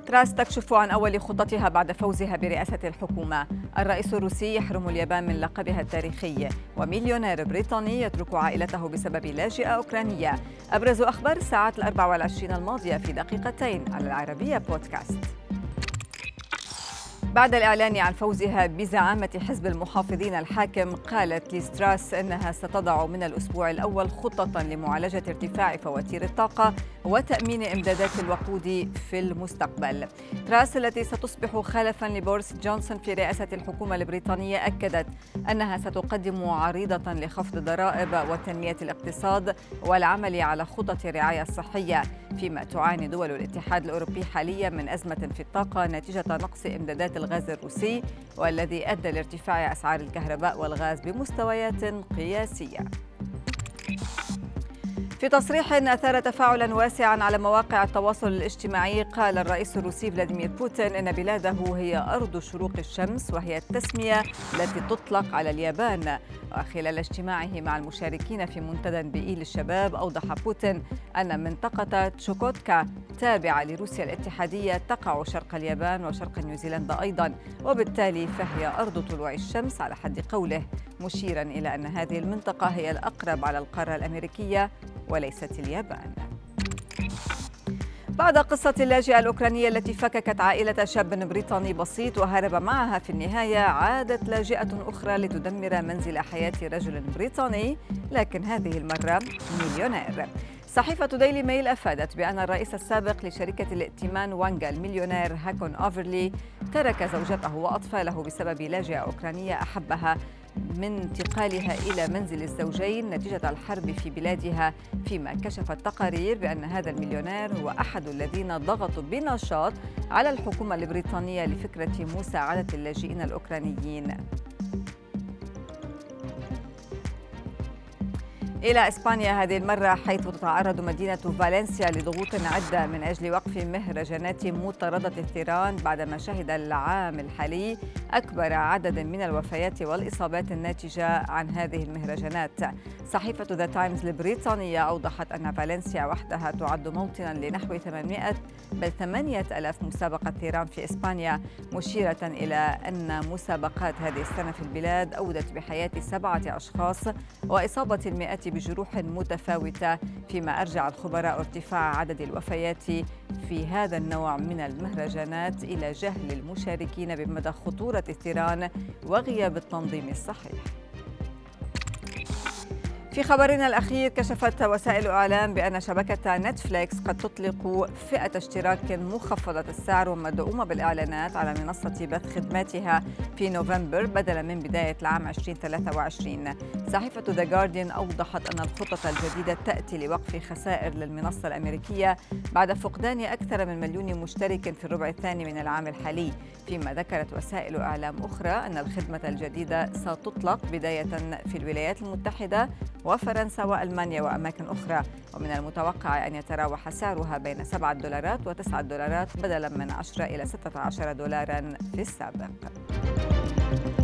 تراس تكشف عن أول خططها بعد فوزها برئاسة الحكومة. الرئيس الروسي يحرم اليابان من لقبها التاريخي، ومليونير بريطاني يترك عائلته بسبب لاجئة أوكرانية. أبرز أخبار الساعات 24 الماضية في دقيقتين على العربية بودكاست. بعد الإعلان عن فوزها بزعامة حزب المحافظين الحاكم، قالت ليز تراس أنها ستضع من الأسبوع الأول خطة لمعالجة ارتفاع فواتير الطاقة وتأمين إمدادات الوقود في المستقبل. تراس التي ستصبح خلفاً لبوريس جونسون في رئاسة الحكومة البريطانية أكدت أنها ستقدم عريضة لخفض الضرائب وتنمية الاقتصاد والعمل على خطط الرعاية الصحية، فيما تعاني دول الاتحاد الأوروبي حالياً من أزمة في الطاقة نتيجة نقص إمدادات الغاز الروسي، والذي أدى لارتفاع أسعار الكهرباء والغاز بمستويات قياسية. في تصريح أثار تفاعلا واسعا على مواقع التواصل الاجتماعي، قال الرئيس الروسي فلاديمير بوتين إن بلاده هي أرض شروق الشمس، وهي التسمية التي تطلق على اليابان. وخلال اجتماعه مع المشاركين في منتدى بيئي للشباب، أوضح بوتين أن منطقة تشوكوتكا تابعة لروسيا الاتحادية تقع شرق اليابان وشرق نيوزيلندا أيضا، وبالتالي فهي أرض طلوع الشمس على حد قوله، مشيرا إلى أن هذه المنطقة هي الأقرب على القارة الأمريكية وليست اليابان. بعد قصة اللاجئة الأوكرانية التي فككت عائلة شاب بريطاني بسيط وهرب معها، في النهاية عادت لاجئة أخرى لتدمر منزل حياة رجل بريطاني، لكن هذه المرة مليونير. صحيفة ديلي ميل أفادت بأن الرئيس السابق لشركة الائتمان وانغا المليونير هاكون أوفرلي ترك زوجته وأطفاله بسبب لاجئة أوكرانية أحبها من انتقالها إلى منزل الزوجين نتيجة الحرب في بلادها، فيما كشفت تقارير بأن هذا المليونير هو أحد الذين ضغطوا بنشاط على الحكومة البريطانية لفكرة مساعدة اللاجئين الأوكرانيين. إلى إسبانيا هذه المرة، حيث تتعرض مدينة فالنسيا لضغوط عدة من أجل وقف مهرجانات مطاردة الثيران، بعدما شهد العام الحالي أكبر عدد من الوفيات والإصابات الناتجة عن هذه المهرجانات. صحيفة ذا تايمز البريطانية أوضحت أن فالنسيا وحدها تعد موطنا لنحو 8,000 مسابقة ثيران في إسبانيا، مشيرة إلى أن مسابقات هذه السنة في البلاد أودت بحياة 7 أشخاص وإصابة المئات بجروح متفاوتة، فيما أرجع الخبراء ارتفاع عدد الوفيات في هذا النوع من المهرجانات إلى جهل المشاركين بمدى خطورة الثيران وغياب التنظيم الصحيح. في خبرنا الأخير، كشفت وسائل إعلام بأن شبكة نتفليكس قد تطلق فئة اشتراك مخفضة السعر ومدعومة بالإعلانات على منصة بث خدماتها في نوفمبر بدلا من بداية العام 2023. صحيفة ذا جارديان أوضحت أن الخطة الجديدة تأتي لوقف خسائر للمنصة الأمريكية بعد فقدان أكثر من 1,000,000 مشترك في الربع الثاني من العام الحالي، فيما ذكرت وسائل إعلام أخرى أن الخدمة الجديدة ستطلق بداية في الولايات المتحدة وفرنسا وألمانيا وأماكن أخرى، ومن المتوقع أن يتراوح سعرها بين $7 و$9 بدلا من 10 إلى $16 في السابق.